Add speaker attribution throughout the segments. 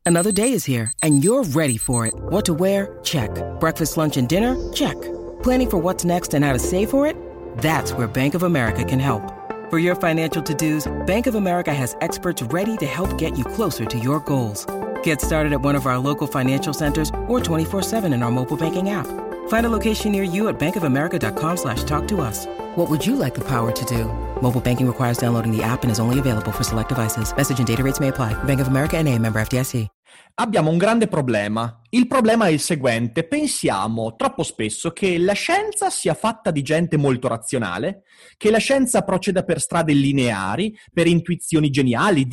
Speaker 1: Another day is here, and you're ready for it. What to wear? Check. Breakfast, lunch, and dinner? Check. Planning for what's next and how to save for it? That's where Bank of America can help. For your financial to-dos, Bank of America has experts ready to help get you closer to your goals. Get started at one of our local financial centers or 24/7 in our mobile banking app. Find a location near you at bankofamerica.com/talktous. What would you like the power to do? Mobile banking requires downloading the app and is only available for select devices. Message and data rates may apply. Bank of America N.A., member FDIC.
Speaker 2: Abbiamo un grande problema. Il problema è il seguente: pensiamo troppo spesso che la scienza sia fatta di gente molto razionale, che la scienza proceda per strade lineari, per intuizioni geniali,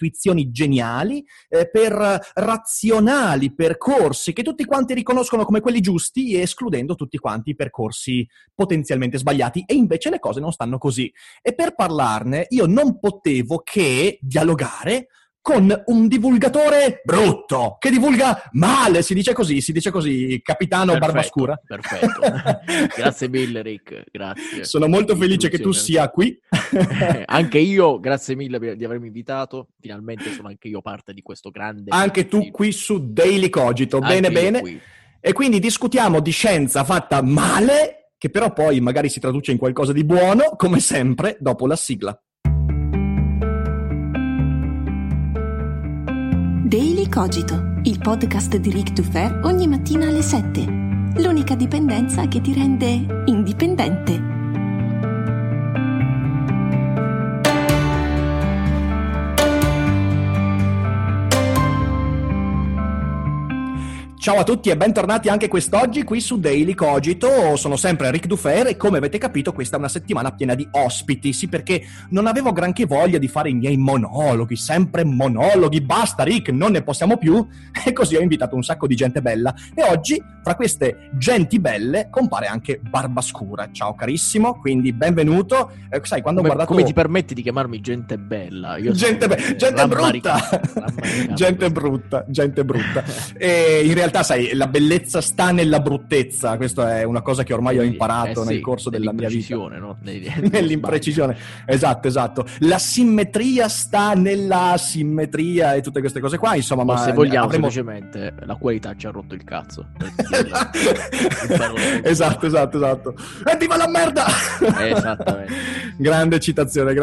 Speaker 2: per razionali percorsi che tutti quanti riconoscono come quelli giusti, escludendo tutti quanti i percorsi potenzialmente sbagliati, e invece le cose non stanno così. E per parlarne io non potevo che dialogare con un divulgatore brutto, che divulga male, si dice così, capitano Barbascura.
Speaker 3: Perfetto. Grazie mille, Rick, grazie.
Speaker 2: Sono molto felice che tu sia qui.
Speaker 3: Anche io, grazie mille di avermi invitato, finalmente sono anche io parte di questo grande...
Speaker 2: Anche tu qui su Daily Cogito, bene. Qui. E quindi discutiamo di scienza fatta male, che però poi magari si traduce in qualcosa di buono, come sempre, dopo la sigla.
Speaker 4: Daily Cogito, il podcast di Rick Dufer ogni mattina alle 7. L'unica dipendenza che ti rende indipendente.
Speaker 2: Ciao a tutti e bentornati anche quest'oggi qui su Daily Cogito. Sono sempre Rick Dufer e come avete capito questa è una settimana piena di ospiti, sì, perché non avevo granché voglia di fare i miei monologhi, sempre monologhi, basta Rick, non ne possiamo più, e così ho invitato un sacco di gente bella e oggi fra queste genti belle compare anche Barbascura. Ciao carissimo, quindi benvenuto. Sai, quando ho guardato...
Speaker 3: Come ti permetti di chiamarmi gente bella?
Speaker 2: Gente brutta. Gente brutta. E in realtà sai, la bellezza sta nella bruttezza, questa è una cosa che ormai ho imparato nel corso della mia vita.
Speaker 3: No?
Speaker 2: Nell'imprecisione, esatto. La simmetria sta nella asimmetria e tutte queste cose qua, insomma.
Speaker 3: Ma se vogliamo, semplicemente la qualità ci ha rotto il cazzo.
Speaker 2: Esatto. E viva la merda!
Speaker 3: Esattamente.
Speaker 2: Grande citazione.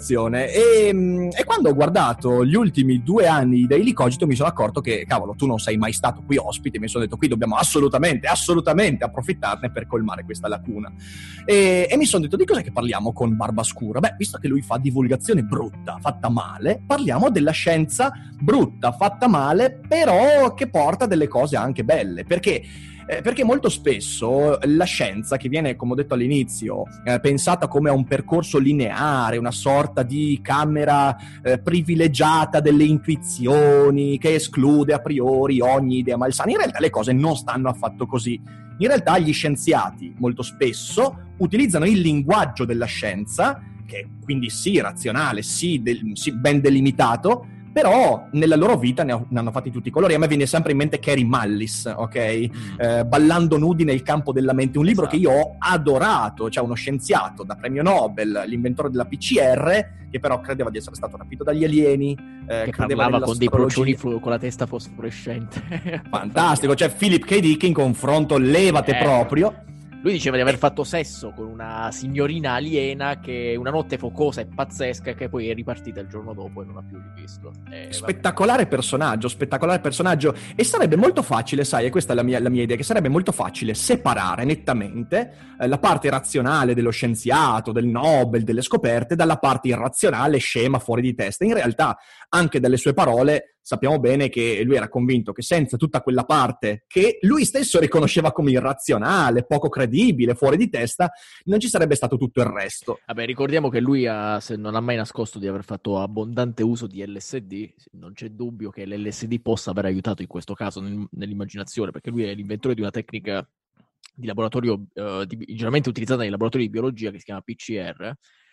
Speaker 2: E quando ho guardato gli ultimi 2 anni di Daily Cogito mi sono accorto che, cavolo, tu non sei mai stato qui ospite. Mi sono detto, qui dobbiamo assolutamente approfittarne per colmare questa lacuna. E mi sono detto, di cos'è che parliamo con Barbascura? Beh, visto che lui fa divulgazione brutta, fatta male, parliamo della scienza brutta, fatta male, però che porta delle cose anche belle. Perché molto spesso la scienza, che viene, come ho detto all'inizio, pensata come un percorso lineare, una sorta di camera privilegiata delle intuizioni, che esclude a priori ogni idea malsana, in realtà le cose non stanno affatto così. In realtà gli scienziati molto spesso utilizzano il linguaggio della scienza, che quindi sì razionale, sì ben delimitato, però nella loro vita ne hanno fatti tutti i colori. A me viene sempre in mente Carey Mullis, ok? Ballando nudi nel campo della mente, un libro che io ho adorato, cioè uno scienziato da premio Nobel, l'inventore della PCR, che però credeva di essere stato rapito dagli alieni,
Speaker 3: che parlava con dei procioni con la testa fosforescente.
Speaker 2: Fantastico, cioè Philip K. Dick in confronto, levate proprio.
Speaker 3: Lui diceva di aver fatto sesso con una signorina aliena che una notte focosa e pazzesca, che poi è ripartita il giorno dopo e non ha più rivisto.
Speaker 2: Spettacolare personaggio. E sarebbe molto facile, sai, e questa è la mia idea, che sarebbe molto facile separare nettamente la parte razionale dello scienziato, del Nobel, delle scoperte, dalla parte irrazionale, scema, fuori di testa. In realtà, anche dalle sue parole, sappiamo bene che lui era convinto che senza tutta quella parte che lui stesso riconosceva come irrazionale, poco credibile, fuori di testa, non ci sarebbe stato tutto il resto.
Speaker 3: Vabbè, ricordiamo che lui non ha mai nascosto di aver fatto abbondante uso di LSD. Non c'è dubbio che l'LSD possa aver aiutato in questo caso nell'immaginazione, perché lui è l'inventore di una tecnica di laboratorio generalmente utilizzata nei laboratori di biologia che si chiama PCR,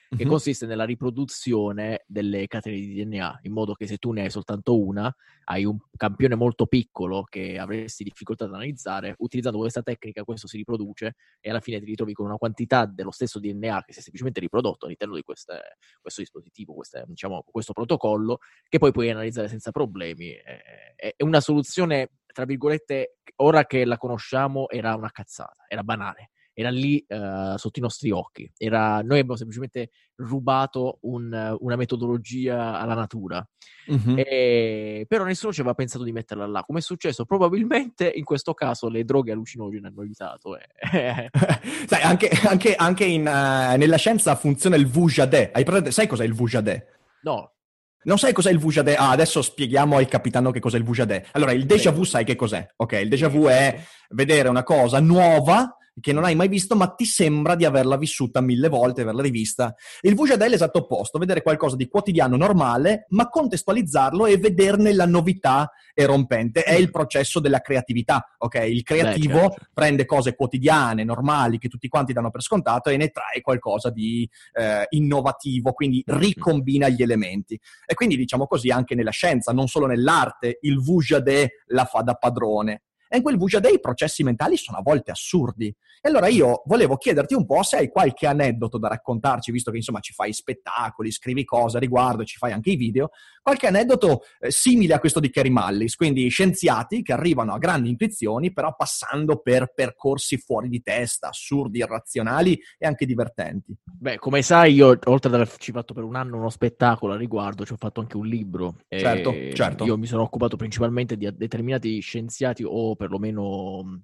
Speaker 3: che consiste nella riproduzione delle catene di DNA, in modo che se tu ne hai soltanto una, hai un campione molto piccolo che avresti difficoltà ad analizzare. Utilizzando questa tecnica questo si riproduce e alla fine ti ritrovi con una quantità dello stesso DNA che si è semplicemente riprodotto all'interno di questo dispositivo, questo protocollo, che poi puoi analizzare senza problemi. È una soluzione, tra virgolette, ora che la conosciamo era una cazzata, era banale. Era lì sotto i nostri occhi. Noi abbiamo semplicemente rubato una metodologia alla natura. Però nessuno ci aveva pensato di metterla là. Come è successo? Probabilmente in questo caso le droghe allucinogene hanno aiutato.
Speaker 2: Sai, anche nella scienza funziona il Vujade. Sai cos'è il Vujade?
Speaker 3: No.
Speaker 2: Non sai cos'è il Vujade? Adesso spieghiamo al capitano che cos'è il Vujade. Allora, il déjà vu sai che cos'è? Ok, il déjà vu è vedere una cosa nuova che non hai mai visto, ma ti sembra di averla vissuta 1000 volte, averla rivista. Il Vujade è l'esatto opposto, vedere qualcosa di quotidiano, normale, ma contestualizzarlo e vederne la novità e rompente. È il processo della creatività, ok? Il creativo
Speaker 3: certo.
Speaker 2: prende cose quotidiane, normali, che tutti quanti danno per scontato e ne trae qualcosa di innovativo, quindi ricombina gli elementi. E quindi, diciamo così, anche nella scienza, non solo nell'arte, il Vujade la fa da padrone. E in quel Vujade i processi mentali sono a volte assurdi. E allora io volevo chiederti un po' se hai qualche aneddoto da raccontarci, visto che insomma ci fai spettacoli, scrivi cose a riguardo e ci fai anche i video, qualche aneddoto simile a questo di Kerry Mullis, quindi scienziati che arrivano a grandi intuizioni però passando per percorsi fuori di testa, assurdi, irrazionali e anche divertenti.
Speaker 3: Beh, come sai, io oltre ad averci fatto per un anno uno spettacolo a riguardo, ci ho fatto anche un libro.
Speaker 2: Certo.
Speaker 3: Io mi sono occupato principalmente di determinati scienziati o perlomeno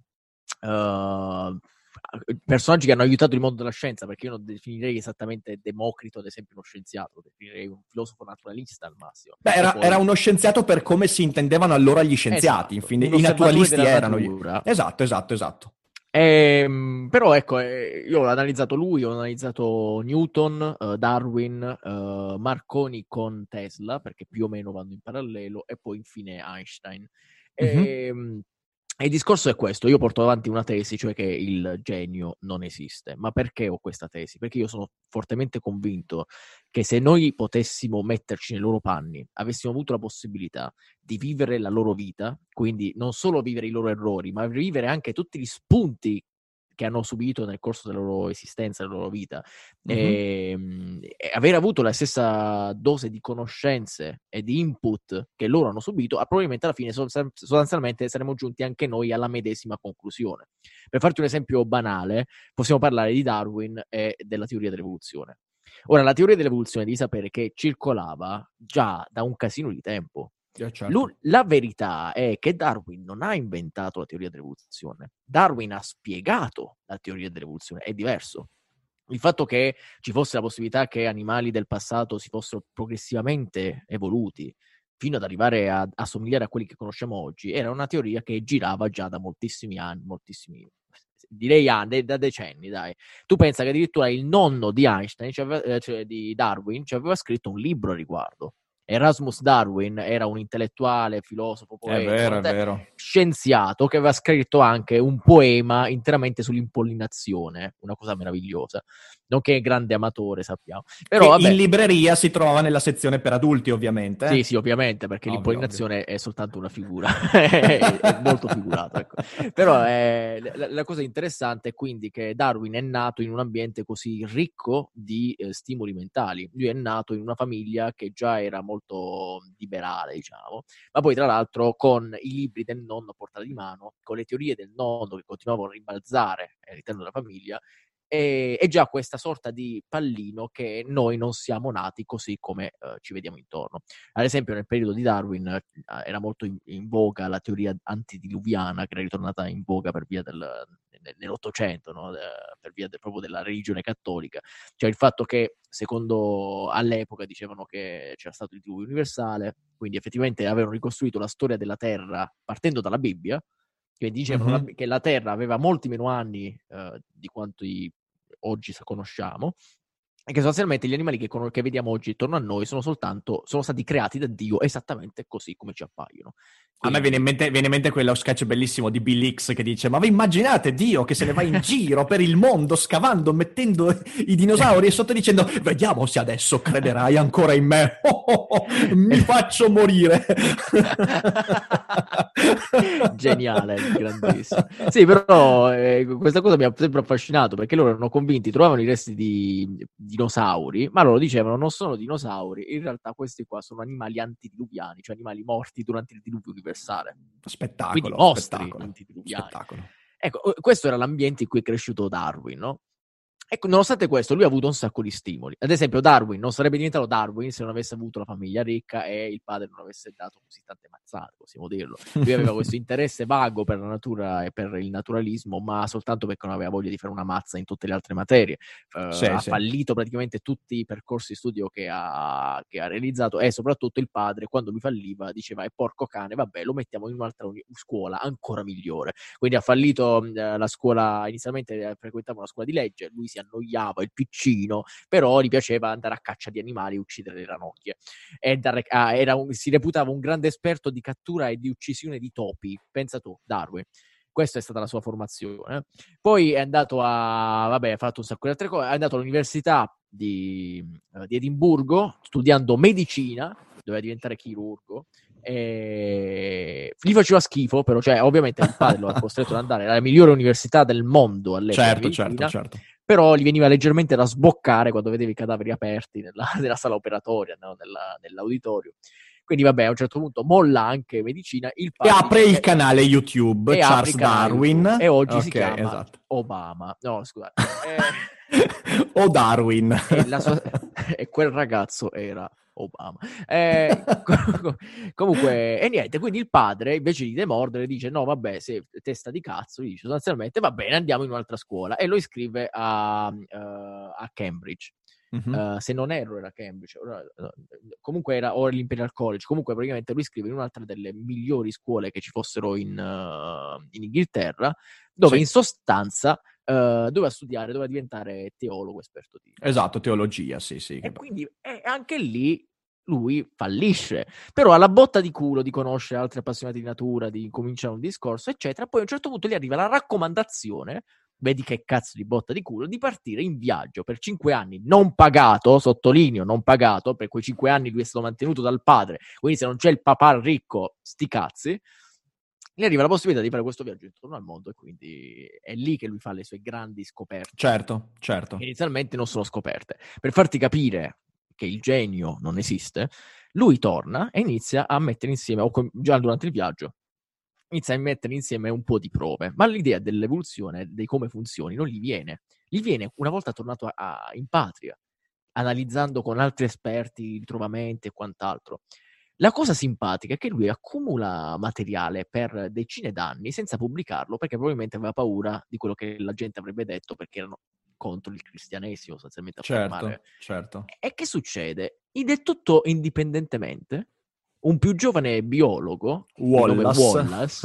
Speaker 3: personaggi che hanno aiutato il mondo della scienza, perché io non definirei esattamente Democrito, ad esempio, uno scienziato, lo definirei un filosofo naturalista al massimo.
Speaker 2: Beh, era uno scienziato per come si intendevano allora gli scienziati,
Speaker 3: esatto,
Speaker 2: i naturalisti erano
Speaker 3: natura.
Speaker 2: Esatto.
Speaker 3: Però ecco, io ho analizzato lui, ho analizzato Newton, Darwin, Marconi con Tesla, perché più o meno vanno in parallelo, e poi infine Einstein. E il discorso è questo: io porto avanti una tesi, cioè che il genio non esiste. Ma perché ho questa tesi? Perché io sono fortemente convinto che se noi potessimo metterci nei loro panni, avessimo avuto la possibilità di vivere la loro vita, quindi non solo vivere i loro errori, ma vivere anche tutti gli spunti che hanno subito nel corso della loro esistenza, della loro vita, e aver avuto la stessa dose di conoscenze e di input che loro hanno subito, probabilmente alla fine sostanzialmente saremmo giunti anche noi alla medesima conclusione. Per farti un esempio banale, possiamo parlare di Darwin e della teoria dell'evoluzione. Ora, la teoria dell'evoluzione devi sapere che circolava già da un casino di tempo.
Speaker 2: Certo.
Speaker 3: La verità è che Darwin non ha inventato la teoria dell'evoluzione. Darwin ha spiegato la teoria dell'evoluzione, è diverso. Il fatto che ci fosse la possibilità che animali del passato si fossero progressivamente evoluti fino ad arrivare a somigliare a quelli che conosciamo oggi era una teoria che girava già da moltissimi anni, direi anni, da decenni, dai. Tu pensa che addirittura il nonno di Einstein, cioè di Darwin, ci aveva scritto un libro a riguardo. Erasmus Darwin era un intellettuale, filosofo, poeta,
Speaker 2: è vero.
Speaker 3: scienziato che aveva scritto anche un poema interamente sull'impollinazione, una cosa meravigliosa, nonché grande amatore, sappiamo. Però, vabbè,
Speaker 2: in libreria si trova nella sezione per adulti, ovviamente.
Speaker 3: Sì, ovviamente, perché l'impollinazione è soltanto una figura, è molto figurato, ecco. Però la cosa interessante è quindi che Darwin è nato in un ambiente così ricco di stimoli mentali. Lui è nato in una famiglia che già era molto liberale, diciamo, ma poi tra l'altro con i libri del nonno a portata di mano, con le teorie del nonno che continuavano a rimbalzare all'interno della famiglia, è già questa sorta di pallino che noi non siamo nati così come ci vediamo intorno. Ad esempio nel periodo di Darwin era molto in voga la teoria antidiluviana, che era ritornata in voga per via nell'Ottocento, no? Per via proprio della religione cattolica, cioè il fatto che secondo all'epoca dicevano che c'era stato il diluvio universale, quindi effettivamente avevano ricostruito la storia della Terra partendo dalla Bibbia, quindi dicevano che la Terra aveva molti meno anni di quanti oggi conosciamo, e che sostanzialmente gli animali che vediamo oggi intorno a noi sono stati creati da Dio esattamente così come ci appaiono.
Speaker 2: A me viene in mente quello sketch bellissimo di Bill Hicks che dice: ma vi immaginate Dio che se ne va in giro per il mondo scavando, mettendo i dinosauri e sotto dicendo: vediamo se adesso crederai ancora in me. Mi faccio morire.
Speaker 3: Geniale, grandissimo. Sì, però questa cosa mi ha sempre affascinato, perché loro erano convinti, trovavano i resti di dinosauri, ma loro dicevano non sono dinosauri, in realtà questi qua sono animali antediluviani, cioè animali morti durante il diluvio universale.
Speaker 2: Spettacolo,
Speaker 3: quindi mostri
Speaker 2: spettacolo,
Speaker 3: antediluviani.
Speaker 2: spettacolo.
Speaker 3: Ecco, questo era l'ambiente in cui è cresciuto Darwin, no? Ecco, nonostante questo, lui ha avuto un sacco di stimoli. Ad esempio, Darwin non sarebbe diventato Darwin se non avesse avuto la famiglia ricca e il padre non avesse dato così tante mazzate, possiamo dirlo. Lui aveva questo interesse vago per la natura e per il naturalismo, ma soltanto perché non aveva voglia di fare una mazza in tutte le altre materie. Ha fallito praticamente tutti i percorsi di studio che ha realizzato, e soprattutto il padre, quando lui falliva, diceva: è porco cane, vabbè, lo mettiamo in un'altra scuola ancora migliore. Quindi ha fallito la scuola, inizialmente frequentava una scuola di legge, lui si annoiava, il piccino, però gli piaceva andare a caccia di animali e uccidere le ranocchie. Si reputava un grande esperto di cattura e di uccisione di topi. Pensa tu, Darwin. Questa è stata la sua formazione. Poi è andato ha fatto un sacco di altre cose. È andato all'università di Edimburgo, studiando medicina, doveva diventare chirurgo. Gli faceva schifo, però, cioè, ovviamente il padre lo ha costretto ad andare alla migliore università del mondo all'epoca.
Speaker 2: Certo.
Speaker 3: Però gli veniva leggermente da sboccare quando vedeva i cadaveri aperti nella sala operatoria, no? Nell'auditorio. Quindi vabbè, a un certo punto molla anche medicina. Il padre
Speaker 2: apre il canale YouTube Charles Darwin
Speaker 3: YouTube, e oggi si chiama Obama. No, scusate.
Speaker 2: O Darwin.
Speaker 3: E quel ragazzo era Obama. Comunque, e niente, quindi il padre, invece di demordere, dice: no, vabbè, se testa di cazzo, gli dice sostanzialmente: va bene, andiamo in un'altra scuola, e lo iscrive a Cambridge.
Speaker 2: Mm-hmm.
Speaker 3: Se non erro era Cambridge, comunque era o l'Imperial College, comunque praticamente lo iscrive in un'altra delle migliori scuole che ci fossero in Inghilterra, dove in sostanza doveva studiare, doveva diventare teologo esperto di...
Speaker 2: Esatto, teologia, sì.
Speaker 3: E quindi anche lì lui fallisce, però alla botta di culo di conoscere altri appassionati di natura, di cominciare un discorso, eccetera. Poi a un certo punto gli arriva la raccomandazione, vedi che cazzo di botta di culo, di partire in viaggio per 5 anni, non pagato, sottolineo, non pagato, per quei 5 anni lui è stato mantenuto dal padre, quindi se non c'è il papà ricco, sti cazzi. Gli arriva la possibilità di fare questo viaggio intorno al mondo, e quindi è lì che lui fa le sue grandi scoperte.
Speaker 2: Certo.
Speaker 3: Che inizialmente non sono scoperte. Per farti capire che il genio non esiste, lui torna e inizia a mettere insieme, o già durante il viaggio, inizia a mettere insieme un po' di prove, ma l'idea dell'evoluzione, di come funzioni, non gli viene. Gli viene una volta tornato in patria, analizzando con altri esperti i ritrovamenti e quant'altro. La cosa simpatica è che lui accumula materiale per decine d'anni senza pubblicarlo, perché probabilmente aveva paura di quello che la gente avrebbe detto, perché erano contro il cristianesimo, sostanzialmente.
Speaker 2: Certo.
Speaker 3: E che succede? Del tutto indipendentemente, un più giovane biologo, Wallace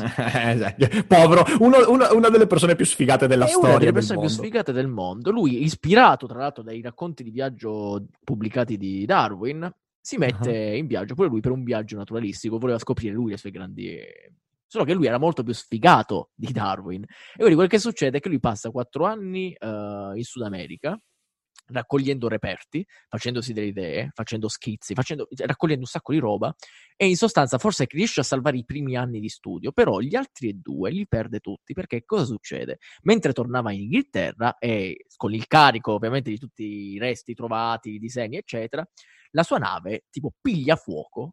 Speaker 2: povero, una delle persone più sfigate della storia,
Speaker 3: una delle persone più sfigate del mondo, lui, ispirato tra l'altro dai racconti di viaggio pubblicati di Darwin, si mette in viaggio pure lui per un viaggio naturalistico, voleva scoprire lui le sue grandi... Solo che lui era molto più sfigato di Darwin. E quindi quel che succede è che lui passa 4 anni in Sud America, raccogliendo reperti, facendosi delle idee, facendo schizzi, raccogliendo un sacco di roba, e in sostanza forse riesce a salvare i primi anni di studio, però gli altri 2 li perde tutti, perché cosa succede? Mentre tornava in Inghilterra, e con il carico ovviamente di tutti i resti trovati, i disegni eccetera, la sua nave tipo piglia fuoco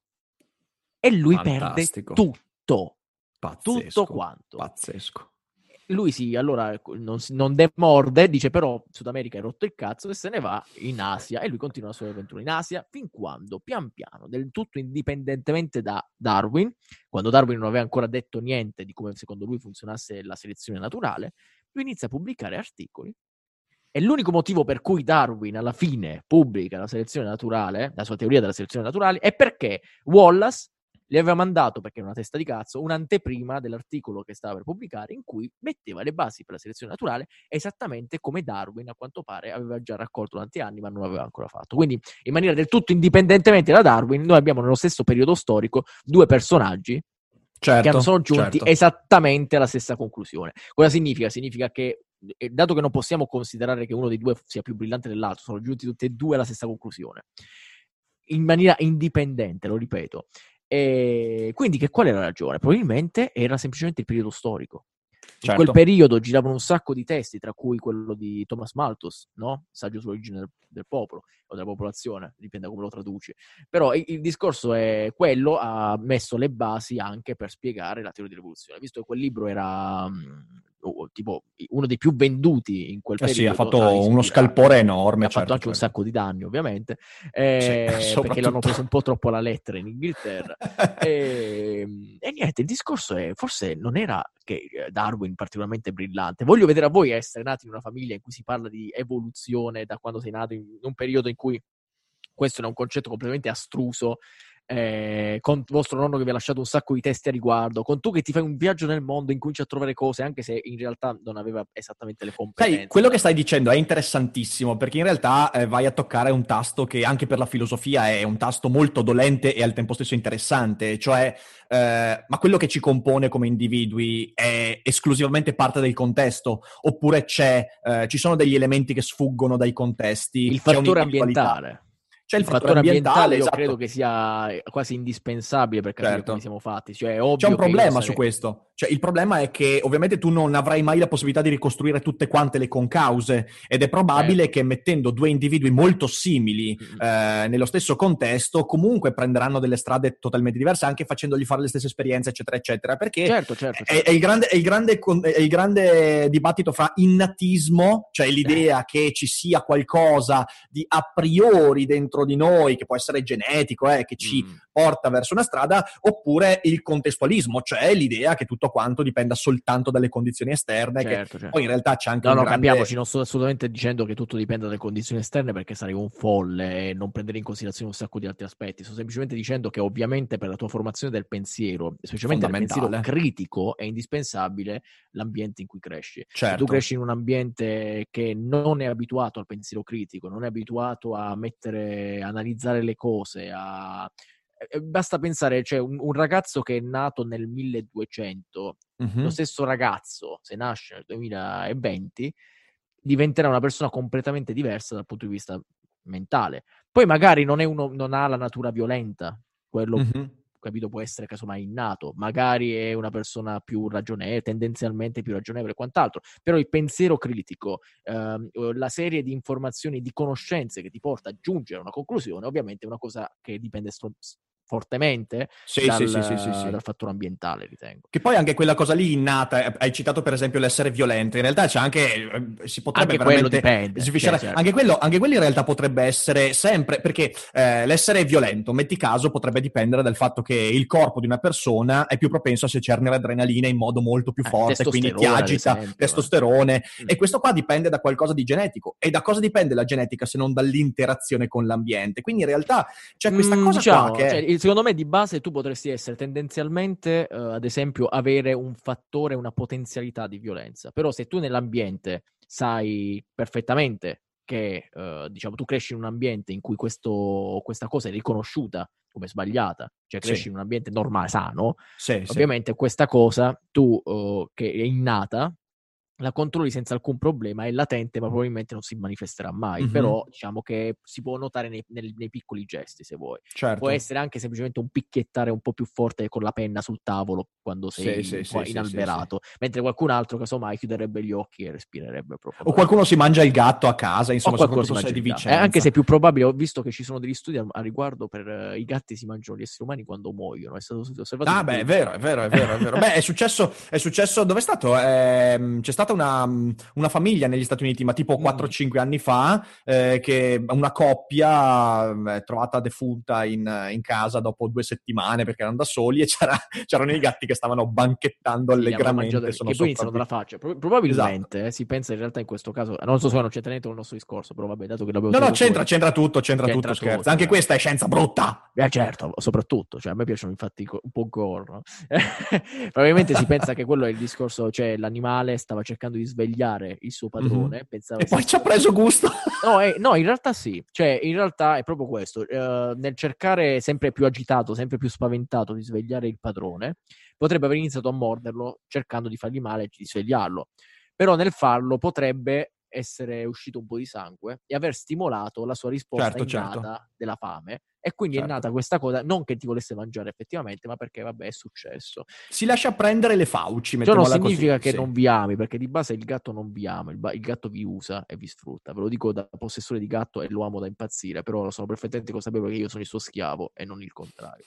Speaker 3: e lui perde tutto.
Speaker 2: Pazzesco,
Speaker 3: tutto quanto.
Speaker 2: Pazzesco.
Speaker 3: Lui allora non demorde, dice però Sud America è rotto il cazzo, e se ne va in Asia, e lui continua la sua avventura in Asia fin quando, pian piano, del tutto indipendentemente da Darwin, quando Darwin non aveva ancora detto niente di come secondo lui funzionasse la selezione naturale, lui inizia a pubblicare articoli. E l'unico motivo per cui Darwin alla fine pubblica la selezione naturale, la sua teoria della selezione naturale, è perché Wallace gli aveva mandato, perché era una testa di cazzo, un'anteprima dell'articolo che stava per pubblicare, in cui metteva le basi per la selezione naturale esattamente come Darwin, a quanto pare, aveva già raccolto tanti anni, ma non l'aveva ancora fatto. Quindi, in maniera del tutto indipendentemente da Darwin, noi abbiamo nello stesso periodo storico 2 personaggi
Speaker 2: certo,
Speaker 3: sono giunti
Speaker 2: certo.
Speaker 3: esattamente alla stessa conclusione. Cosa significa? Significa che, dato che non possiamo considerare che uno dei due sia più brillante dell'altro, sono giunti tutti e due alla stessa conclusione, in maniera indipendente, lo ripeto. E quindi qual era la ragione? Probabilmente era semplicemente il periodo storico. In
Speaker 2: Certo.
Speaker 3: quel periodo giravano un sacco di testi, tra cui quello di Thomas Malthus, no? Saggio sull'origine del popolo o della popolazione, dipende da come lo traduci. Però il discorso è quello, ha messo le basi anche per spiegare la teoria dell'evoluzione, visto che quel libro era tipo uno dei più venduti in quel periodo.
Speaker 2: Sì, ha fatto uno scalpore enorme.
Speaker 3: Ha fatto anche un sacco di danni, ovviamente, perché l'hanno preso un po' troppo alla lettera in Inghilterra. E niente, il discorso è, forse non era che Darwin particolarmente brillante. Voglio vedere a voi essere nati in una famiglia in cui si parla di evoluzione da quando sei nato, in un periodo in cui questo era un concetto completamente astruso, con vostro nonno che vi ha lasciato un sacco di testi a riguardo, con tu che ti fai un viaggio nel mondo, incominci a trovare cose anche se in realtà non aveva esattamente le competenze.
Speaker 2: Sai, quello che stai dicendo è interessantissimo, perché in realtà vai a toccare un tasto che anche per la filosofia è un tasto molto dolente e al tempo stesso interessante, cioè ma quello che ci compone come individui è esclusivamente parte del contesto, oppure ci sono degli elementi che sfuggono dai contesti?
Speaker 3: Il fattore ambientale.
Speaker 2: C'è il fattore ambientale,
Speaker 3: io
Speaker 2: esatto.
Speaker 3: credo che sia quasi indispensabile per capire come siamo fatti. Cioè, è ovvio
Speaker 2: c'è un problema
Speaker 3: che
Speaker 2: su questo. Cioè, il problema è che ovviamente tu non avrai mai la possibilità di ricostruire tutte quante le concause, ed è probabile che mettendo due individui molto simili nello stesso contesto comunque prenderanno delle strade totalmente diverse, anche facendogli fare le stesse esperienze, eccetera, eccetera. Perché
Speaker 3: certo.
Speaker 2: È il grande dibattito fra innatismo, cioè l'idea che ci sia qualcosa di a priori dentro di noi, che può essere genetico, che ci porta verso una strada, oppure il contestualismo, cioè l'idea che tutto quanto dipenda soltanto dalle condizioni esterne,
Speaker 3: certo.
Speaker 2: Poi in realtà c'è anche
Speaker 3: capiamoci, non sto assolutamente dicendo che tutto dipenda dalle condizioni esterne, perché sarei un folle e non prendere in considerazione un sacco di altri aspetti. Sto semplicemente dicendo che ovviamente per la tua formazione del pensiero, specialmente del pensiero critico, è indispensabile l'ambiente in cui cresci.
Speaker 2: Certo.
Speaker 3: Se tu cresci in un ambiente che non è abituato al pensiero critico, non è abituato a analizzare le cose, basta pensare, cioè un ragazzo che è nato nel 1200, lo stesso ragazzo, se nasce nel 2020, diventerà una persona completamente diversa dal punto di vista mentale. Poi magari non ha la natura violenta, quello capito, può essere casomai innato, magari è una persona più ragionevole, tendenzialmente più ragionevole e quant'altro, però il pensiero critico, la serie di informazioni, di conoscenze che ti porta a giungere a una conclusione, ovviamente è una cosa che dipende fortemente dal fattore ambientale, ritengo.
Speaker 2: Che poi anche quella cosa lì innata, hai citato per esempio l'essere violento, in realtà c'è anche, si potrebbe
Speaker 3: anche
Speaker 2: veramente
Speaker 3: quello dipende, certo.
Speaker 2: anche quello in realtà potrebbe essere sempre, perché l'essere violento, metti caso, potrebbe dipendere dal fatto che il corpo di una persona è più propenso a secernere adrenalina in modo molto più forte, quindi ti agita, testosterone, e questo qua dipende da qualcosa di genetico. E da cosa dipende la genetica se non dall'interazione con l'ambiente? Quindi in realtà c'è questa cosa qua che
Speaker 3: secondo me di base tu potresti essere tendenzialmente, ad esempio, avere un fattore, una potenzialità di violenza, però se tu nell'ambiente sai perfettamente che diciamo tu cresci in un ambiente in cui questa cosa è riconosciuta come sbagliata, cioè cresci in un ambiente normale, sano, ovviamente questa cosa tu che è innata la controlli senza alcun problema, è latente ma probabilmente non si manifesterà mai, però diciamo che si può notare nei piccoli gesti, se vuoi.
Speaker 2: Certo.
Speaker 3: Può essere anche semplicemente un picchiettare un po' più forte con la penna sul tavolo quando sei inalberato, mentre qualcun altro casomai chiuderebbe gli occhi e respirerebbe profondamente.
Speaker 2: O qualcuno si mangia il gatto a casa, insomma,
Speaker 3: soprattutto se è di Vicenza. Anche se è più probabile, ho visto che ci sono degli studi a riguardo per i gatti si mangiano gli esseri umani quando muoiono, è stato osservato.
Speaker 2: È vero. Beh, è successo, dove è stato? C'è stata una famiglia negli Stati Uniti, ma tipo 4-5 anni fa, che una coppia trovata defunta in casa dopo 2 settimane perché erano da soli, e c'erano i gatti che stavano banchettando allegramente.
Speaker 3: Che poi iniziano dalla faccia. Probabilmente si pensa in realtà in questo caso, non so se non c'entra niente con il nostro discorso, però vabbè, dato che l'abbiamo
Speaker 2: c'entra tutto, scherzo. Anche questa è scienza brutta.
Speaker 3: Certo, soprattutto, cioè a me piacciono infatti un po' gore, no? Probabilmente si pensa che quello è il discorso, cioè l'animale sta facendo cercando di svegliare il suo padrone.
Speaker 2: E poi ci ha preso gusto.
Speaker 3: No, in realtà sì, cioè in realtà è proprio questo, nel cercare sempre più agitato, sempre più spaventato di svegliare il padrone, potrebbe aver iniziato a morderlo cercando di fargli male e di svegliarlo, però nel farlo potrebbe essere uscito un po' di sangue e aver stimolato la sua risposta innata della fame, e quindi è nata questa cosa, non che ti volesse mangiare effettivamente, ma perché vabbè è successo.
Speaker 2: Si lascia prendere le fauci,
Speaker 3: Ciò non
Speaker 2: mettiamola
Speaker 3: significa
Speaker 2: così,
Speaker 3: che non vi ami, perché di base il gatto non vi ama, il gatto vi usa e vi sfrutta, ve lo dico da possessore di gatto e lo amo da impazzire, però sono perfettamente consapevole che io sono il suo schiavo e non il contrario.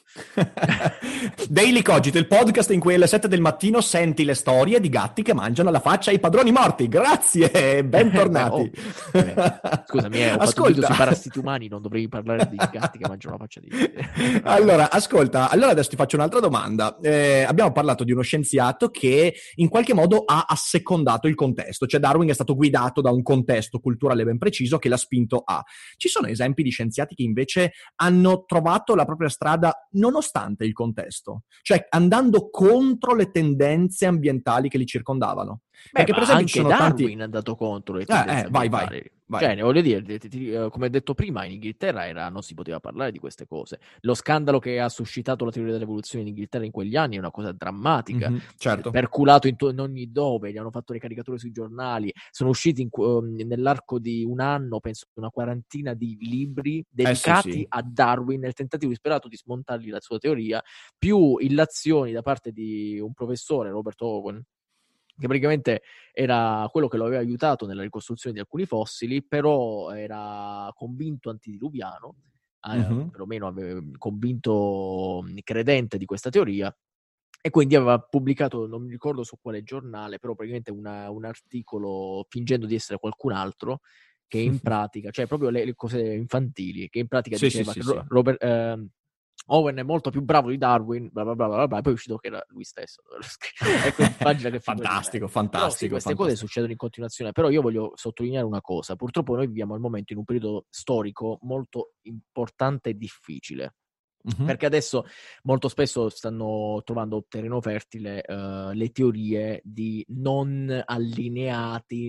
Speaker 2: Daily Cogito, il podcast in cui alle 7 del mattino senti le storie di gatti che mangiano la faccia ai padroni morti. Grazie, bentornati.
Speaker 3: Scusami, ho fatto un video sui parassiti umani, non dovevi parlare di gatti che mangiano la faccia di...
Speaker 2: Allora, ascolta, adesso ti faccio un'altra domanda. Abbiamo parlato di uno scienziato che in qualche modo ha assecondato il contesto, cioè Darwin è stato guidato da un contesto culturale ben preciso che l'ha spinto a... Ci sono esempi di scienziati che invece hanno trovato la propria strada nonostante il contesto, cioè andando contro le tendenze ambientali che li circondavano? Perché per esempio
Speaker 3: anche
Speaker 2: ci sono
Speaker 3: Darwin è andato contro le tendenze
Speaker 2: vai.
Speaker 3: Cioè, ne voglio dire, come detto prima, in Inghilterra non si poteva parlare di queste cose. Lo scandalo che ha suscitato la teoria dell'evoluzione in Inghilterra in quegli anni è una cosa drammatica.
Speaker 2: Certo.
Speaker 3: Perculato in ogni dove, gli hanno fatto le caricature sui giornali, sono usciti nell'arco di un anno, penso una quarantina di libri dedicati a Darwin nel tentativo disperato di smontargli la sua teoria, più illazioni da parte di un professore, Robert Owen, che praticamente era quello che lo aveva aiutato nella ricostruzione di alcuni fossili, però era convinto antidiluviano, perlomeno aveva convinto credente di questa teoria, e quindi aveva pubblicato, non mi ricordo su quale giornale, però praticamente un articolo fingendo di essere qualcun altro, che in pratica, cioè proprio le cose infantili, che in pratica diceva che Robert... Owen è molto più bravo di Darwin, bla bla bla bla bla, e poi è uscito che era lui stesso. Ecco, immagina che
Speaker 2: fantastico.
Speaker 3: Però sì, queste cose succedono in continuazione, però io voglio sottolineare una cosa: purtroppo noi viviamo al momento in un periodo storico molto importante e difficile. Perché adesso molto spesso stanno trovando terreno fertile le teorie di non allineati,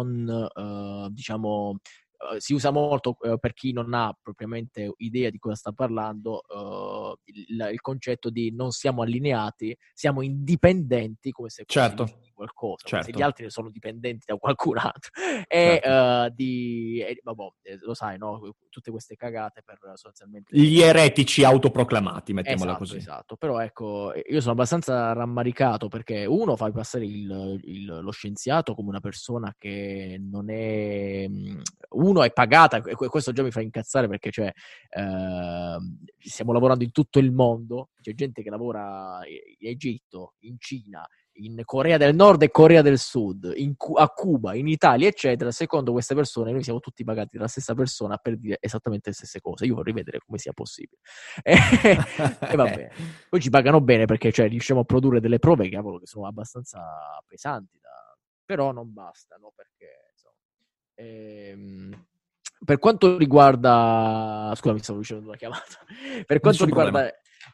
Speaker 3: diciamo... si usa molto per chi non ha propriamente idea di cosa sta parlando il concetto di non siamo allineati, siamo indipendenti, come se fossimo di qualcosa, come se gli altri sono dipendenti da qualcun altro lo sai, no? Tutte queste cagate per sostanzialmente
Speaker 2: gli eretici autoproclamati, mettiamola così.
Speaker 3: Esatto, però ecco, io sono abbastanza rammaricato perché uno fa passare lo scienziato come una persona che non è... Uno è pagata, e questo già mi fa incazzare perché cioè stiamo lavorando in tutto il mondo, c'è gente che lavora in Egitto, in Cina, in Corea del Nord e Corea del Sud, a Cuba, in Italia, eccetera. Secondo queste persone noi siamo tutti pagati dalla stessa persona per dire esattamente le stesse cose. Io vorrei vedere come sia possibile. E vabbè, poi ci pagano bene perché cioè riusciamo a produrre delle prove che sono abbastanza pesanti, però non bastano, perché insomma, per quanto riguarda... Scusa, mi stavo ricevendo una chiamata. Per quanto riguarda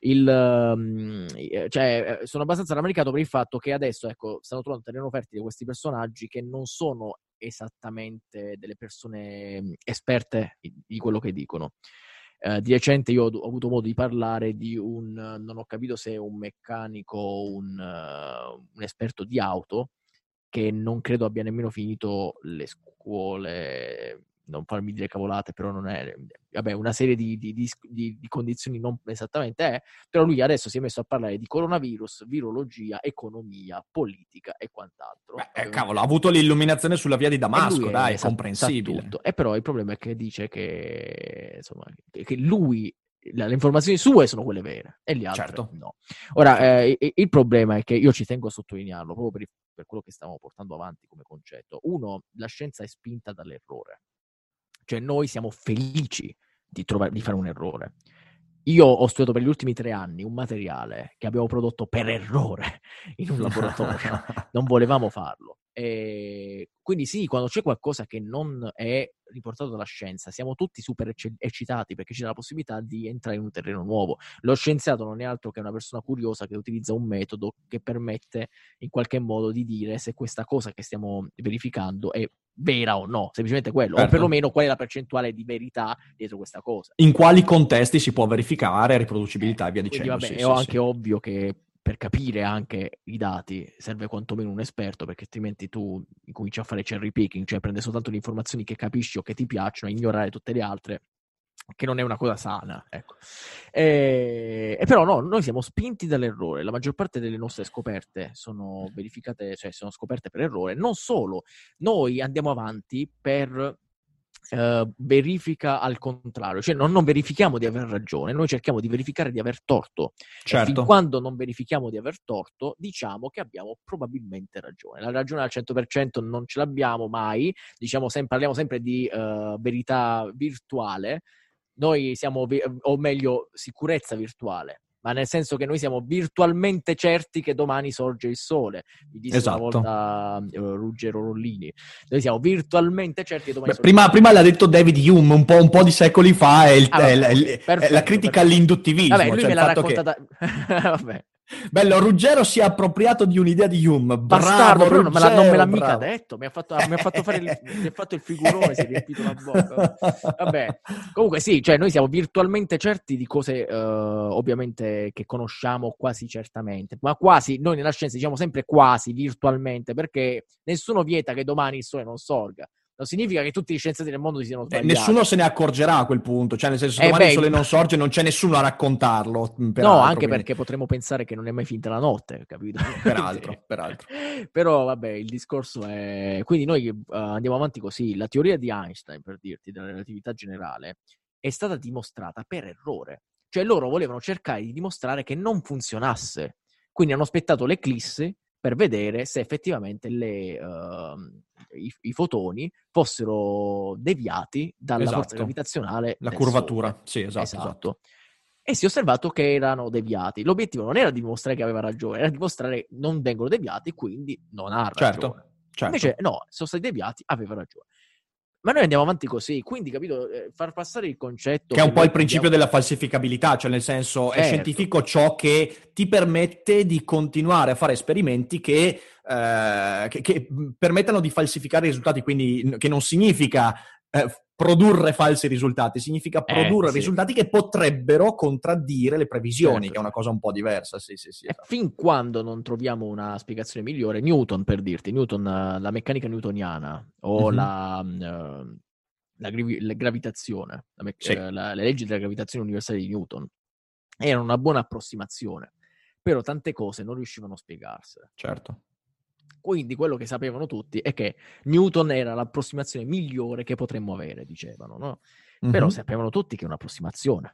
Speaker 3: cioè, sono abbastanza rammaricato per il fatto che adesso, ecco, stanno trovando terreno fertile questi personaggi che non sono esattamente delle persone esperte di quello che dicono. Di recente io ho avuto modo di parlare di non ho capito se è un meccanico o un esperto di auto, che non credo abbia nemmeno finito le scuole, non farmi dire cavolate, però non è, vabbè, una serie di condizioni non esattamente però lui adesso si è messo a parlare di coronavirus, virologia, economia, politica e quant'altro.
Speaker 2: Cavolo, ha avuto l'illuminazione sulla via di Damasco, dai, è comprensibile.
Speaker 3: Tutto. E però il problema è che dice che, insomma, che lui... le informazioni sue sono quelle vere e le altre no. Ora, il problema è che io ci tengo a sottolinearlo proprio per quello che stiamo portando avanti come concetto. Uno, la scienza è spinta dall'errore, cioè noi siamo felici di fare un errore. Io ho studiato per gli ultimi 3 anni un materiale che abbiamo prodotto per errore in un laboratorio, non volevamo farlo. E quindi sì, quando c'è qualcosa che non è riportato dalla scienza, siamo tutti super eccitati perché c'è la possibilità di entrare in un terreno nuovo. Lo scienziato non è altro che una persona curiosa che utilizza un metodo che permette in qualche modo di dire se questa cosa che stiamo verificando è vera o no, semplicemente quello,
Speaker 2: certo.
Speaker 3: o perlomeno qual è la percentuale di verità dietro questa cosa.
Speaker 2: In quali contesti si può verificare riproducibilità e via dicendo.
Speaker 3: Vabbè, è anche ovvio che per capire anche i dati serve quantomeno un esperto, perché altrimenti tu cominci a fare cherry picking, cioè prendere soltanto le informazioni che capisci o che ti piacciono e ignorare tutte le altre, che non è una cosa sana, ecco. E però no, noi siamo spinti dall'errore, la maggior parte delle nostre scoperte sono verificate, cioè sono scoperte per errore. Non solo, noi andiamo avanti per verifica al contrario, cioè non verifichiamo di aver ragione, noi cerchiamo di verificare di aver torto.
Speaker 2: Certo.
Speaker 3: E fin quando non verifichiamo di aver torto, diciamo che abbiamo probabilmente ragione. La ragione al 100% non ce l'abbiamo mai, parliamo sempre di verità virtuale. Noi siamo, o meglio, sicurezza virtuale, ma nel senso che noi siamo virtualmente certi che domani sorge il sole. Mi disse
Speaker 2: esatto.
Speaker 3: una volta Ruggero Rollini. Noi siamo virtualmente certi che domani
Speaker 2: sorge il sole. Prima l'ha detto David Hume un po' di secoli fa, la critica all'induttivismo.
Speaker 3: Vabbè, lui me l'ha raccontata... Vabbè.
Speaker 2: Bello, Ruggero si è appropriato di un'idea di Hume.
Speaker 3: Bastardo,
Speaker 2: bravo,
Speaker 3: Ruggero, non me l'ha mica detto. Mi ha fatto fare mi ha fatto il figurone, si è riempito la bocca. Vabbè, comunque sì, cioè noi siamo virtualmente certi di cose ovviamente che conosciamo quasi certamente, ma quasi, noi nella scienza diciamo sempre quasi virtualmente, perché nessuno vieta che domani il sole non sorga. Non significa che tutti gli scienziati del mondo si siano sbagliati.
Speaker 2: Nessuno se ne accorgerà a quel punto, cioè nel senso se domani il sole non sorge non c'è nessuno a raccontarlo.
Speaker 3: No, anche perché potremmo pensare che non è mai finta la notte, capito?
Speaker 2: Peraltro.
Speaker 3: Però vabbè, il discorso è... Quindi noi andiamo avanti così. La teoria di Einstein, per dirti, della relatività generale, è stata dimostrata per errore. Cioè loro volevano cercare di dimostrare che non funzionasse. Quindi hanno aspettato l'eclisse per vedere se effettivamente i fotoni fossero deviati dalla forza gravitazionale.
Speaker 2: La curvatura, sì, esatto.
Speaker 3: E si è osservato che erano deviati. L'obiettivo non era dimostrare che aveva ragione, era dimostrare che non vengono deviati, quindi non ha ragione.
Speaker 2: Certo.
Speaker 3: Invece no, sono stati deviati, aveva ragione. Ma noi andiamo avanti così, quindi, capito, far passare il concetto...
Speaker 2: Che è un po' il principio della falsificabilità, cioè nel senso è scientifico ciò che ti permette di continuare a fare esperimenti che permettano di falsificare i risultati, quindi che non significa produrre falsi risultati, significa produrre risultati che potrebbero contraddire le previsioni, che è una cosa un po' diversa. Sì.
Speaker 3: Fin quando non troviamo una spiegazione migliore, Newton, per dirti, la meccanica newtoniana o la gravitazione, le leggi della gravitazione universale di Newton erano una buona approssimazione, però tante cose non riuscivano a spiegarsene.
Speaker 2: Certo.
Speaker 3: Quindi quello che sapevano tutti è che Newton era l'approssimazione migliore che potremmo avere, dicevano, no? Però sapevano tutti che è un'approssimazione.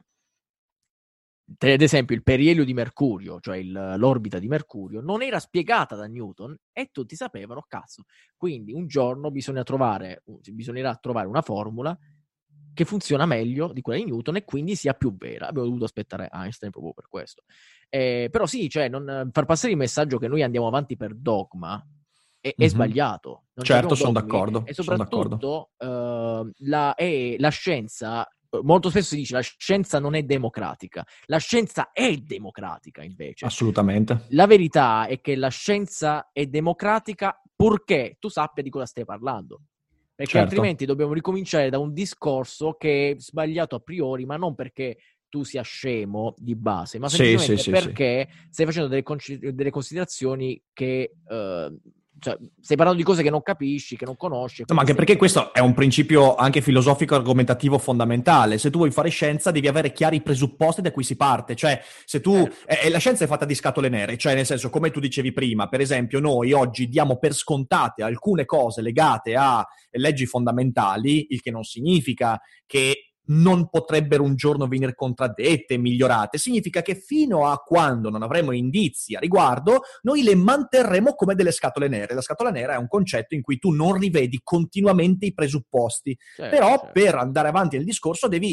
Speaker 3: Ad esempio, il perielio di Mercurio, cioè l'orbita di Mercurio, non era spiegata da Newton e tutti sapevano, cazzo, quindi un giorno bisognerà trovare una formula che funziona meglio di quella di Newton e quindi sia più vera. Abbiamo dovuto aspettare Einstein proprio per questo. Però sì, cioè non far passare il messaggio che noi andiamo avanti per dogma è sbagliato. Non
Speaker 2: certo, sono d'accordo.
Speaker 3: E soprattutto la scienza, molto spesso si dice la scienza non è democratica. La scienza è democratica invece.
Speaker 2: Assolutamente.
Speaker 3: La verità è che la scienza è democratica purché tu sappia di cosa stai parlando. Perché altrimenti dobbiamo ricominciare da un discorso che è sbagliato a priori, ma non perché tu sia scemo di base, ma semplicemente perché stai facendo delle considerazioni che... cioè, stai parlando di cose che non capisci, che non conosci.
Speaker 2: No, ma anche perché questo è un principio anche filosofico argomentativo fondamentale. Se tu vuoi fare scienza devi avere chiari i presupposti da cui si parte. Cioè, se tu... la scienza è fatta di scatole nere, cioè nel senso, come tu dicevi prima, per esempio noi oggi diamo per scontate alcune cose legate a leggi fondamentali, il che non significa che non potrebbero un giorno venire contraddette, migliorate. Significa che fino a quando non avremo indizi a riguardo, noi le manterremo come delle scatole nere. La scatola nera è un concetto in cui tu non rivedi continuamente i presupposti. Però per andare avanti nel discorso devi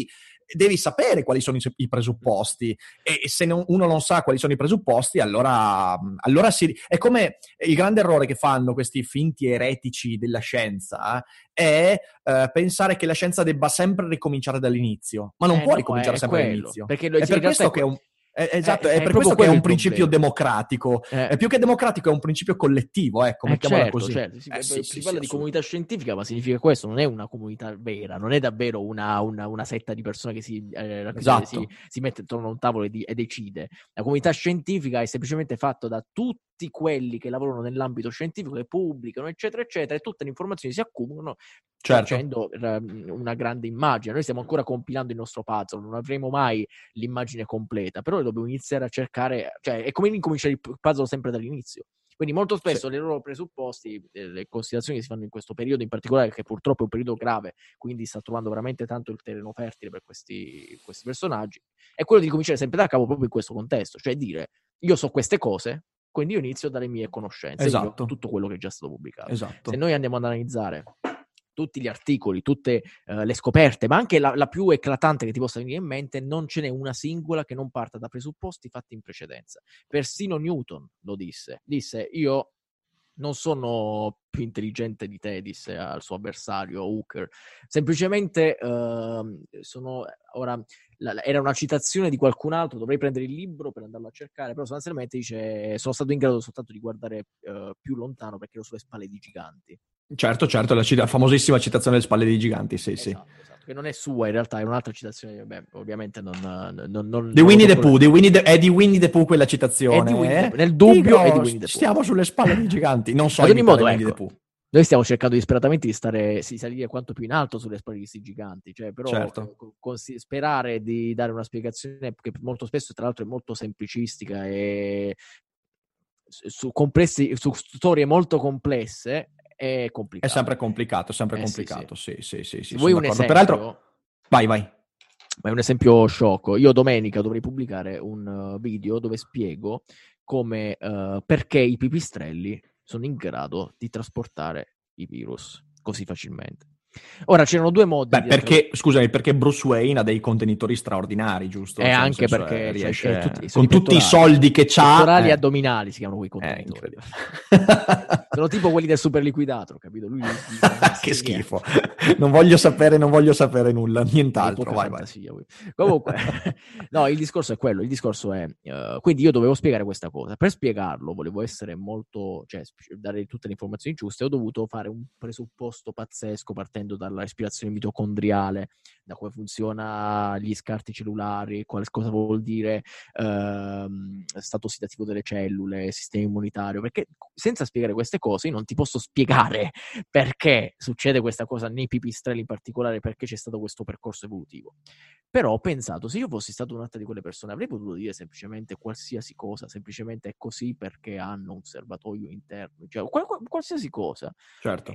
Speaker 2: devi sapere quali sono i presupposti, e se uno non sa quali sono i presupposti, allora è come il grande errore che fanno questi finti eretici della scienza, è pensare che la scienza debba sempre ricominciare dall'inizio, ma non può ricominciare sempre dall'inizio.
Speaker 3: Perché
Speaker 2: è per questo che è un esatto, è per questo che è un principio democratico. Più che democratico è un principio collettivo, ecco, mettiamola così.
Speaker 3: Si parla di comunità scientifica, ma significa questo, non è una comunità vera, non è davvero una setta di persone che si mette intorno a un tavolo e decide. La comunità scientifica è semplicemente fatta da tutti quelli che lavorano nell'ambito scientifico, che pubblicano, eccetera, eccetera, e tutte le informazioni si accumulano facendo una grande immagine. Noi stiamo ancora compilando il nostro puzzle, non avremo mai l'immagine completa, però dobbiamo iniziare a cercare, cioè è come incominciare il puzzle sempre dall'inizio. Quindi molto spesso le loro presupposti, le considerazioni che si fanno in questo periodo in particolare, che purtroppo è un periodo grave, quindi sta trovando veramente tanto il terreno fertile per questi personaggi, è quello di cominciare sempre da capo proprio in questo contesto, cioè dire io so queste cose, quindi io inizio dalle mie conoscenze, tutto quello che è già stato pubblicato. Se noi andiamo ad analizzare tutti gli articoli, tutte le scoperte, ma anche la più eclatante che ti possa venire in mente, non ce n'è una singola che non parta da presupposti fatti in precedenza. Persino Newton lo disse, io non sono più intelligente di te, disse al suo avversario Hooker, semplicemente era una citazione di qualcun altro, dovrei prendere il libro per andarlo a cercare, però sostanzialmente dice sono stato in grado soltanto di guardare più lontano perché ero sulle spalle di giganti.
Speaker 2: Certo, la famosissima citazione delle spalle dei giganti,
Speaker 3: esatto, che non è sua, in realtà è un'altra citazione, ovviamente non
Speaker 2: di Winnie the Pooh, è di Winnie the Pooh quella citazione,
Speaker 3: nel dubbio è di Winnie the Pooh.
Speaker 2: Stiamo sulle spalle dei giganti, non so
Speaker 3: ad ogni modo,
Speaker 2: Winnie the Pooh.
Speaker 3: Noi stiamo cercando disperatamente di salire quanto più in alto sulle spalle di questi giganti, cioè però sperare di dare una spiegazione che molto spesso tra l'altro è molto semplicistica e su storie molto complesse è complicato.
Speaker 2: È sempre complicato, Sì.
Speaker 3: Vuoi un esempio?
Speaker 2: Peraltro, vai.
Speaker 3: Ma è un esempio sciocco. Io domenica dovrei pubblicare un video dove spiego come perché i pipistrelli sono in grado di trasportare i virus così facilmente. Ora c'erano due modi.
Speaker 2: Perché Bruce Wayne ha dei contenitori straordinari, giusto?
Speaker 3: Anche perché
Speaker 2: riesce con tutti i soldi che c'ha.
Speaker 3: Pettorali addominali si chiamano quei contenitori. Sono tipo quelli del super liquidator, capito? Lui
Speaker 2: che schifo. Non voglio sapere nulla, nient'altro. Vai.
Speaker 3: Comunque, no, il discorso è quello. Il discorso è quindi io dovevo spiegare questa cosa. Per spiegarlo volevo essere molto, cioè dare tutte le informazioni giuste. Ho dovuto fare un presupposto pazzesco partendo dalla respirazione mitocondriale, da come funziona gli scarti cellulari, cosa vuol dire stato ossidativo delle cellule, sistema immunitario, perché senza spiegare queste cose io non ti posso spiegare perché succede questa cosa nei pipistrelli in particolare, perché c'è stato questo percorso evolutivo. Però ho pensato, se io fossi stato un'altra di quelle persone avrei potuto dire semplicemente qualsiasi cosa, semplicemente è così perché hanno un serbatoio interno, cioè qualsiasi cosa.
Speaker 2: Certo.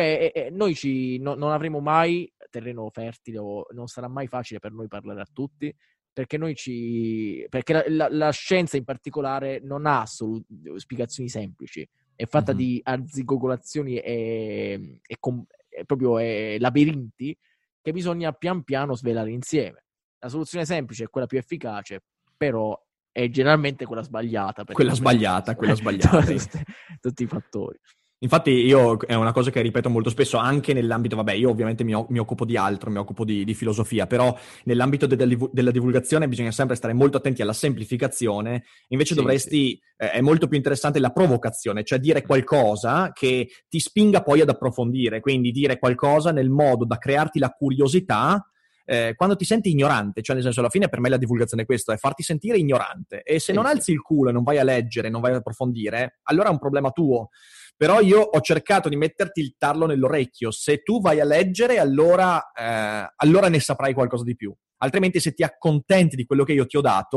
Speaker 3: Noi non avremo mai terreno fertile, o non sarà mai facile per noi parlare a tutti, perché perché la scienza in particolare non ha spiegazioni semplici, è fatta di arzigogolazioni e proprio labirinti che bisogna pian piano svelare insieme. La soluzione semplice è quella più efficace, però è generalmente quella sbagliata.
Speaker 2: Quella sbagliata.
Speaker 3: Tutti i fattori.
Speaker 2: Infatti io è una cosa che ripeto molto spesso anche nell'ambito, io ovviamente mi occupo di altro, mi occupo di filosofia, però nell'ambito della divulgazione bisogna sempre stare molto attenti alla semplificazione, invece è molto più interessante la provocazione, cioè dire qualcosa che ti spinga poi ad approfondire, quindi dire qualcosa nel modo da crearti la curiosità quando ti senti ignorante, cioè nel senso alla fine per me la divulgazione è questo, è farti sentire ignorante, e se non alzi il culo e non vai a leggere, non vai ad approfondire, allora è un problema tuo. Però io ho cercato di metterti il tarlo nell'orecchio. Se tu vai a leggere, allora ne saprai qualcosa di più. Altrimenti, se ti accontenti di quello che io ti ho dato,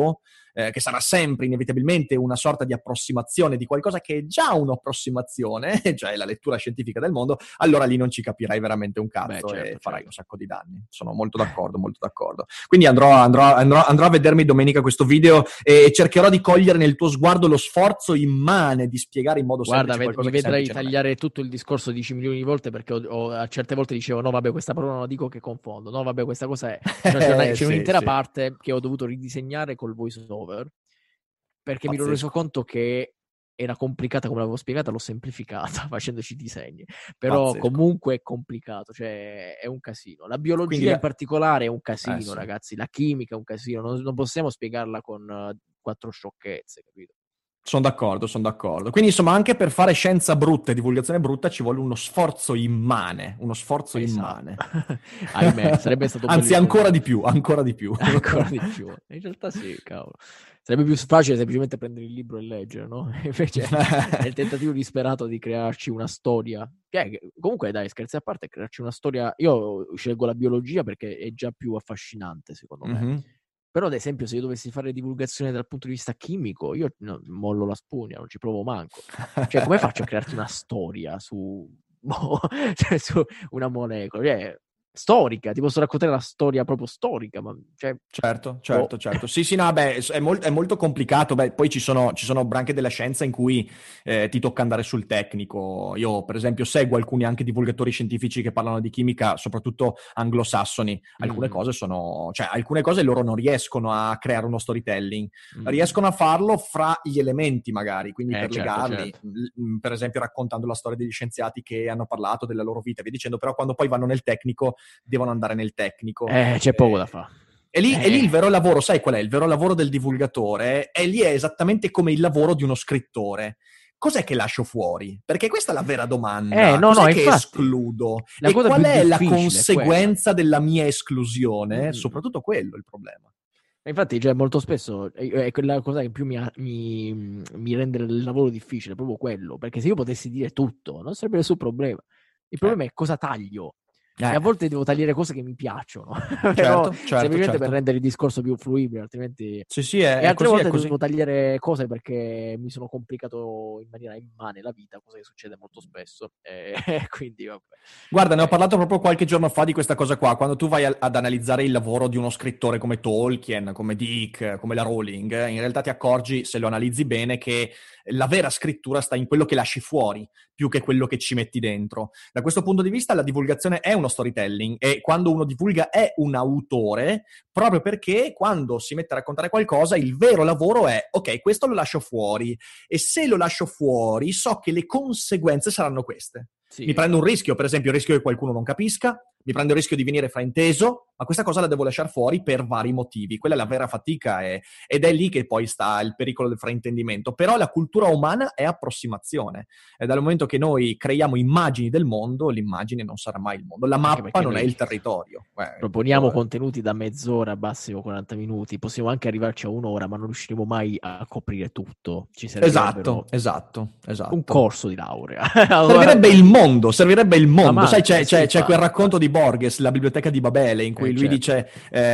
Speaker 2: che sarà sempre inevitabilmente una sorta di approssimazione di qualcosa che è già un'approssimazione, cioè la lettura scientifica del mondo, allora lì non ci capirai veramente un cazzo e farai un sacco di danni. Sono molto d'accordo, molto d'accordo. Quindi andrò a vedermi domenica questo video e cercherò di cogliere nel tuo sguardo lo sforzo immane di spiegare in modo semplice qualcosa che
Speaker 3: vedrai tagliare tutto il discorso 10 milioni di volte, perché a certe volte dicevo no vabbè questa parola non la dico che confondo, no vabbè questa cosa è c'è un'intera parte che ho dovuto ridisegnare col voice over perché mi ero reso conto che era complicata come l'avevo spiegata, l'ho semplificata facendoci disegni, però comunque è complicato, cioè è un casino. La biologia in particolare è un casino, ragazzi, la chimica è un casino, non possiamo spiegarla con 4 sciocchezze, capito?
Speaker 2: Sono d'accordo. Quindi insomma anche per fare scienza brutta e divulgazione brutta ci vuole uno sforzo immane, immane.
Speaker 3: Ahimè, sarebbe stato
Speaker 2: anzi ancora di più.
Speaker 3: Ancora di più. In realtà sì, cavolo. Sarebbe più facile semplicemente prendere il libro e leggere, no? Invece è il tentativo disperato di crearci una storia. Comunque dai, scherzi a parte, crearci una storia. Io scelgo la biologia perché è già più affascinante, secondo me. Però ad esempio se io dovessi fare divulgazione dal punto di vista chimico, io mollo la spugna, non ci provo manco. Cioè come faccio a crearti una storia su una molecola? Cioè, storica, ti posso raccontare la storia proprio storica, ma cioè...
Speaker 2: Certo. Sì, no, beh, è molto complicato. Beh, poi ci sono branche della scienza in cui ti tocca andare sul tecnico. Io, per esempio, seguo alcuni anche divulgatori scientifici che parlano di chimica, soprattutto anglosassoni. Alcune cose loro non riescono a creare uno storytelling. Riescono a farlo fra gli elementi, magari, quindi per legarli. Per esempio, raccontando la storia degli scienziati che hanno parlato della loro vita e via dicendo, però quando poi vanno nel tecnico devono andare nel tecnico.
Speaker 3: C'è poco da fare.
Speaker 2: E lì il vero lavoro, sai qual è? Il vero lavoro del divulgatore è esattamente come il lavoro di uno scrittore. Cos'è che lascio fuori? Perché questa è la vera domanda. Cos'è che escludo? E qual è la conseguenza della mia esclusione? Soprattutto quello è il problema.
Speaker 3: Infatti, cioè, molto spesso è quella cosa che più mi rende il lavoro difficile, proprio quello. Perché se io potessi dire tutto, non sarebbe nessun problema. Il problema è cosa taglio. E a volte devo tagliare cose che mi piacciono, però semplicemente per rendere il discorso più fruibile, altrimenti e altre volte devo tagliare cose perché mi sono complicato in maniera immane la vita, cosa che succede molto spesso, quindi vabbè.
Speaker 2: Guarda, ne ho parlato proprio qualche giorno fa di questa cosa qua. Quando tu vai ad analizzare il lavoro di uno scrittore come Tolkien, come Dick, come la Rowling, in realtà ti accorgi, se lo analizzi bene, che la vera scrittura sta in quello che lasci fuori più che quello che ci metti dentro. Da questo punto di vista la divulgazione è uno storytelling e quando uno divulga è un autore, proprio perché quando si mette a raccontare qualcosa il vero lavoro è ok, questo lo lascio fuori e se lo lascio fuori so che le conseguenze saranno queste. Mi prendo un rischio, per esempio il rischio che qualcuno non capisca, mi prendo il rischio di venire frainteso, ma questa cosa la devo lasciare fuori per vari motivi. Quella è la vera fatica ed è lì che poi sta il pericolo del fraintendimento. Però la cultura umana è approssimazione. E dal momento che noi creiamo immagini del mondo, l'immagine non sarà mai il mondo. La mappa non è il territorio.
Speaker 3: Proponiamo contenuti da mezz'ora, massimo 40 minuti. Possiamo anche arrivarci a un'ora, ma non riusciremo mai a coprire tutto. Ci
Speaker 2: esatto.
Speaker 3: Un corso di laurea.
Speaker 2: Servirebbe il mondo. Sai, c'è quel racconto di Borges, la biblioteca di Babele, in cui lui dice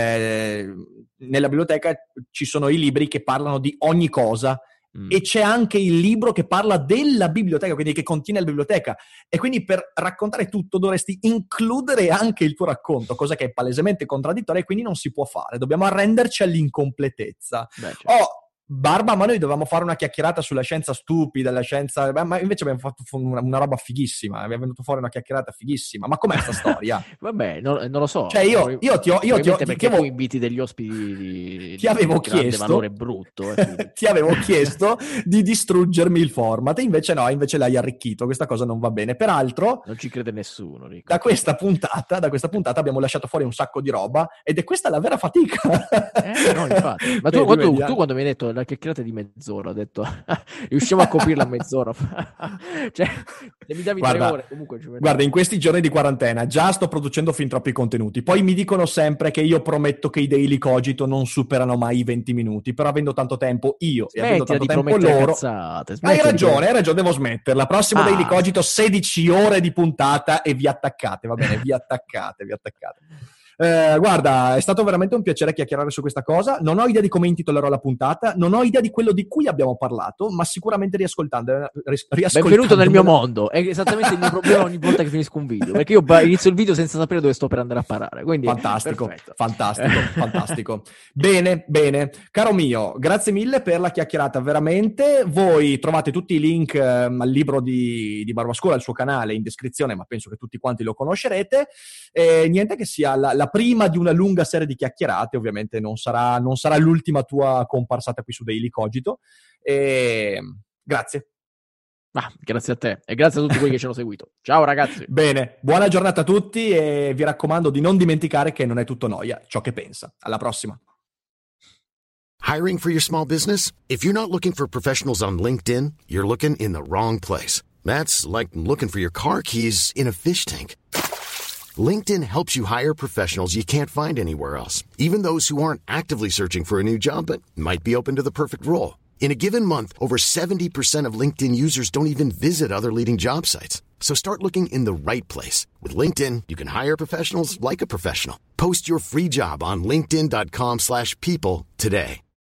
Speaker 2: nella biblioteca ci sono i libri che parlano di ogni cosa e c'è anche il libro che parla della biblioteca, quindi che contiene la biblioteca, e quindi per raccontare tutto dovresti includere anche il tuo racconto, cosa che è palesemente contraddittoria e quindi non si può fare. Dobbiamo arrenderci all'incompletezza. Barba, ma noi dovevamo fare una chiacchierata sulla scienza stupida, la scienza, ma invece abbiamo fatto una roba fighissima, abbiamo venuto fuori una chiacchierata fighissima. Ma com'è sta storia?
Speaker 3: Vabbè, non lo so.
Speaker 2: Cioè io
Speaker 3: perché tu inviti degli ospiti
Speaker 2: ti avevo chiesto
Speaker 3: valore brutto,
Speaker 2: ti avevo chiesto di distruggermi il format, e invece no, invece l'hai arricchito. Questa cosa non va bene. Peraltro
Speaker 3: non ci crede nessuno, Rico.
Speaker 2: Da questa puntata abbiamo lasciato fuori un sacco di roba ed è questa la vera fatica.
Speaker 3: No, infatti. Ma tu quando mi hai detto la chiacchierata di mezz'ora, ho detto riusciamo a coprirla a mezz'ora. Cioè, se mi davi 3 ore comunque ci
Speaker 2: guarda, in questi giorni di quarantena già sto producendo fin troppi contenuti, poi mi dicono sempre che io prometto che i Daily Cogito non superano mai i 20 minuti, però avendo tanto tempo io e avendo tanto tempo loro hai ragione, devo smetterla. Prossimo Daily Cogito 16 ore di puntata e vi attaccate, va bene, vi attaccate. Guarda, è stato veramente un piacere chiacchierare su questa cosa. Non ho idea di come intitolerò la puntata, non ho idea di quello di cui abbiamo parlato, ma sicuramente riascoltando.
Speaker 3: Benvenuto nel mio mondo. È esattamente il mio problema ogni volta che finisco un video, perché io inizio il video senza sapere dove sto per andare a parare. Quindi
Speaker 2: fantastico. Bene. Caro mio, grazie mille per la chiacchierata, veramente. Voi trovate tutti i link al libro di Barbascola, al suo canale, in descrizione, ma penso che tutti quanti lo conoscerete. Niente che sia la prima di una lunga serie di chiacchierate, ovviamente non sarà l'ultima tua comparsata qui su Daily Cogito. Grazie.
Speaker 3: Grazie a te e grazie a tutti quelli che ci hanno seguito. Ciao ragazzi.
Speaker 2: Bene, buona giornata a tutti e vi raccomando di non dimenticare che non è tutto noia ciò che pensa. Alla prossima.
Speaker 5: Hiring for your small business? If you're not looking for professionals on LinkedIn, you're looking in the wrong place. That's like looking for your car keys in a fish tank. LinkedIn helps you hire professionals you can't find anywhere else, even those who aren't actively searching for a new job but might be open to the perfect role. In a given month, over 70% of LinkedIn users don't even visit other leading job sites. So start looking in the right place. With LinkedIn, you can hire professionals like a professional. Post your free job on linkedin.com/people today.